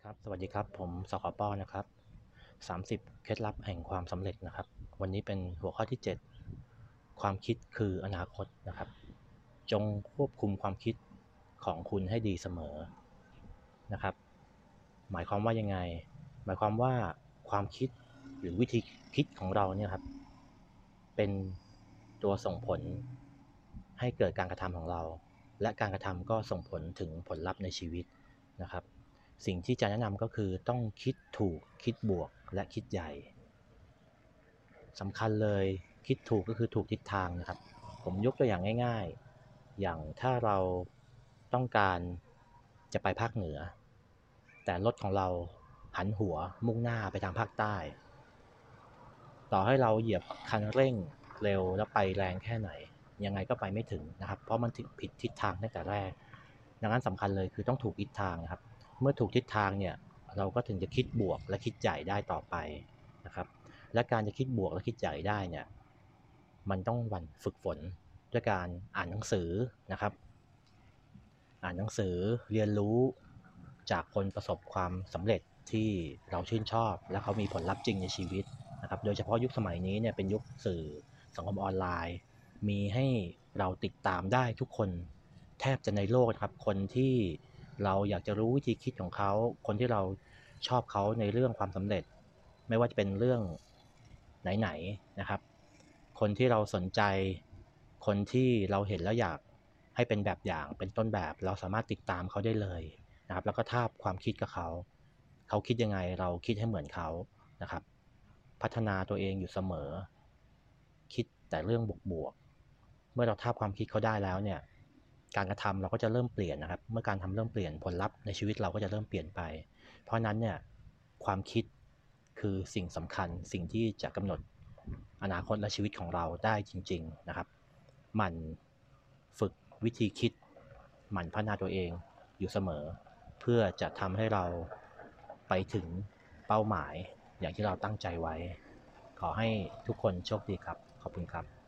ครับสวัสดีครับผมสคปนะครับ30เคล็ดลับแห่งความสำเร็จนะครับวันนี้เป็นหัวข้อที่7ความคิดคืออนาคตนะครับจงควบคุมความคิดของคุณให้ดีเสมอนะครับหมายความว่ายังไงหมายความว่าความคิดหรือวิธีคิดของเราเนี่ยครับเป็นตัวส่งผลให้เกิดการกระทำของเราและการกระทำก็ส่งผลถึงผลลัพธ์ในชีวิตนะครับ สิ่งที่จะแนะนำก็คือต้องคิดถูกคิดบวกและคิดใหญ่สำคัญเลยคิดถูกก็คือถูกทิศทางนะครับผมยกตัวอย่างง่ายๆอย่างถ้าเราต้องการจะไปภาคเหนือแต่รถของเราหันหัวมุ่งหน้าไปทางภาคใต้ต่อให้เราเหยียบคันเร่งเร็วแล้วไปแรงแค่ไหนยังไงก็ไปไม่ถึงนะครับเพราะมันผิดทิศทางตั้งแต่แรกดังนั้นสำคัญเลยคือต้องถูกทิศทางนะครับ เมื่อถูกทิศทางเนี่ยเราก็ถึงจะคิดบวกและคิดใหญ่ได้ต่อไปนะครับและการจะคิดบวกและคิดใหญ่ได้เนี่ยมันต้องหมั่นฝึกฝนด้วยการอ่านหนังสือนะครับอ่านหนังสือเรียนรู้จากคนประสบความสำเร็จที่เราชื่นชอบและเขามีผลลัพธ์จริงในชีวิตนะครับโดยเฉพาะยุคสมัยนี้เนี่ยเป็นยุคสื่อสังคมออนไลน์มีให้เราติดตามได้ทุกคนแทบจะในโลกครับคนที่เราอยากจะรู้วิธีคิดของเขาคนที่เราชอบเขาในเรื่องความสำเร็จไม่ว่าจะเป็นเรื่องไหนๆนะครับคนที่เราสนใจคนที่เราเห็นแล้วอยากให้เป็นแบบอย่างเป็นต้นแบบเราสามารถติดตามเขาได้เลยนะครับแล้วก็ทาบความคิดกับเขาเขาคิดยังไงเราคิดให้เหมือนเขานะครับพัฒนาตัวเองอยู่เสมอคิดแต่เรื่องบวกๆเมื่อเราทาบความคิดเขาได้แล้วเนี่ยการกระทำเราก็จะเริ่มเปลี่ยนนะครับเมื่อการทำเริ่มเปลี่ยนผลลัพธ์ในชีวิตเราก็จะเริ่มเปลี่ยนไปเพราะนั้นเนี่ยความคิดคือสิ่งสำคัญสิ่งที่จะกำหนดอนาคตและชีวิตของเราได้จริงๆนะครับหมั่นฝึกวิธีคิดหมั่นพัฒนาตัวเองอยู่เสมอเพื่อจะทำให้เราไปถึงเป้าหมายอย่างที่เราตั้งใจไว้ขอให้ทุกคนโชคดีครับขอบคุณครับ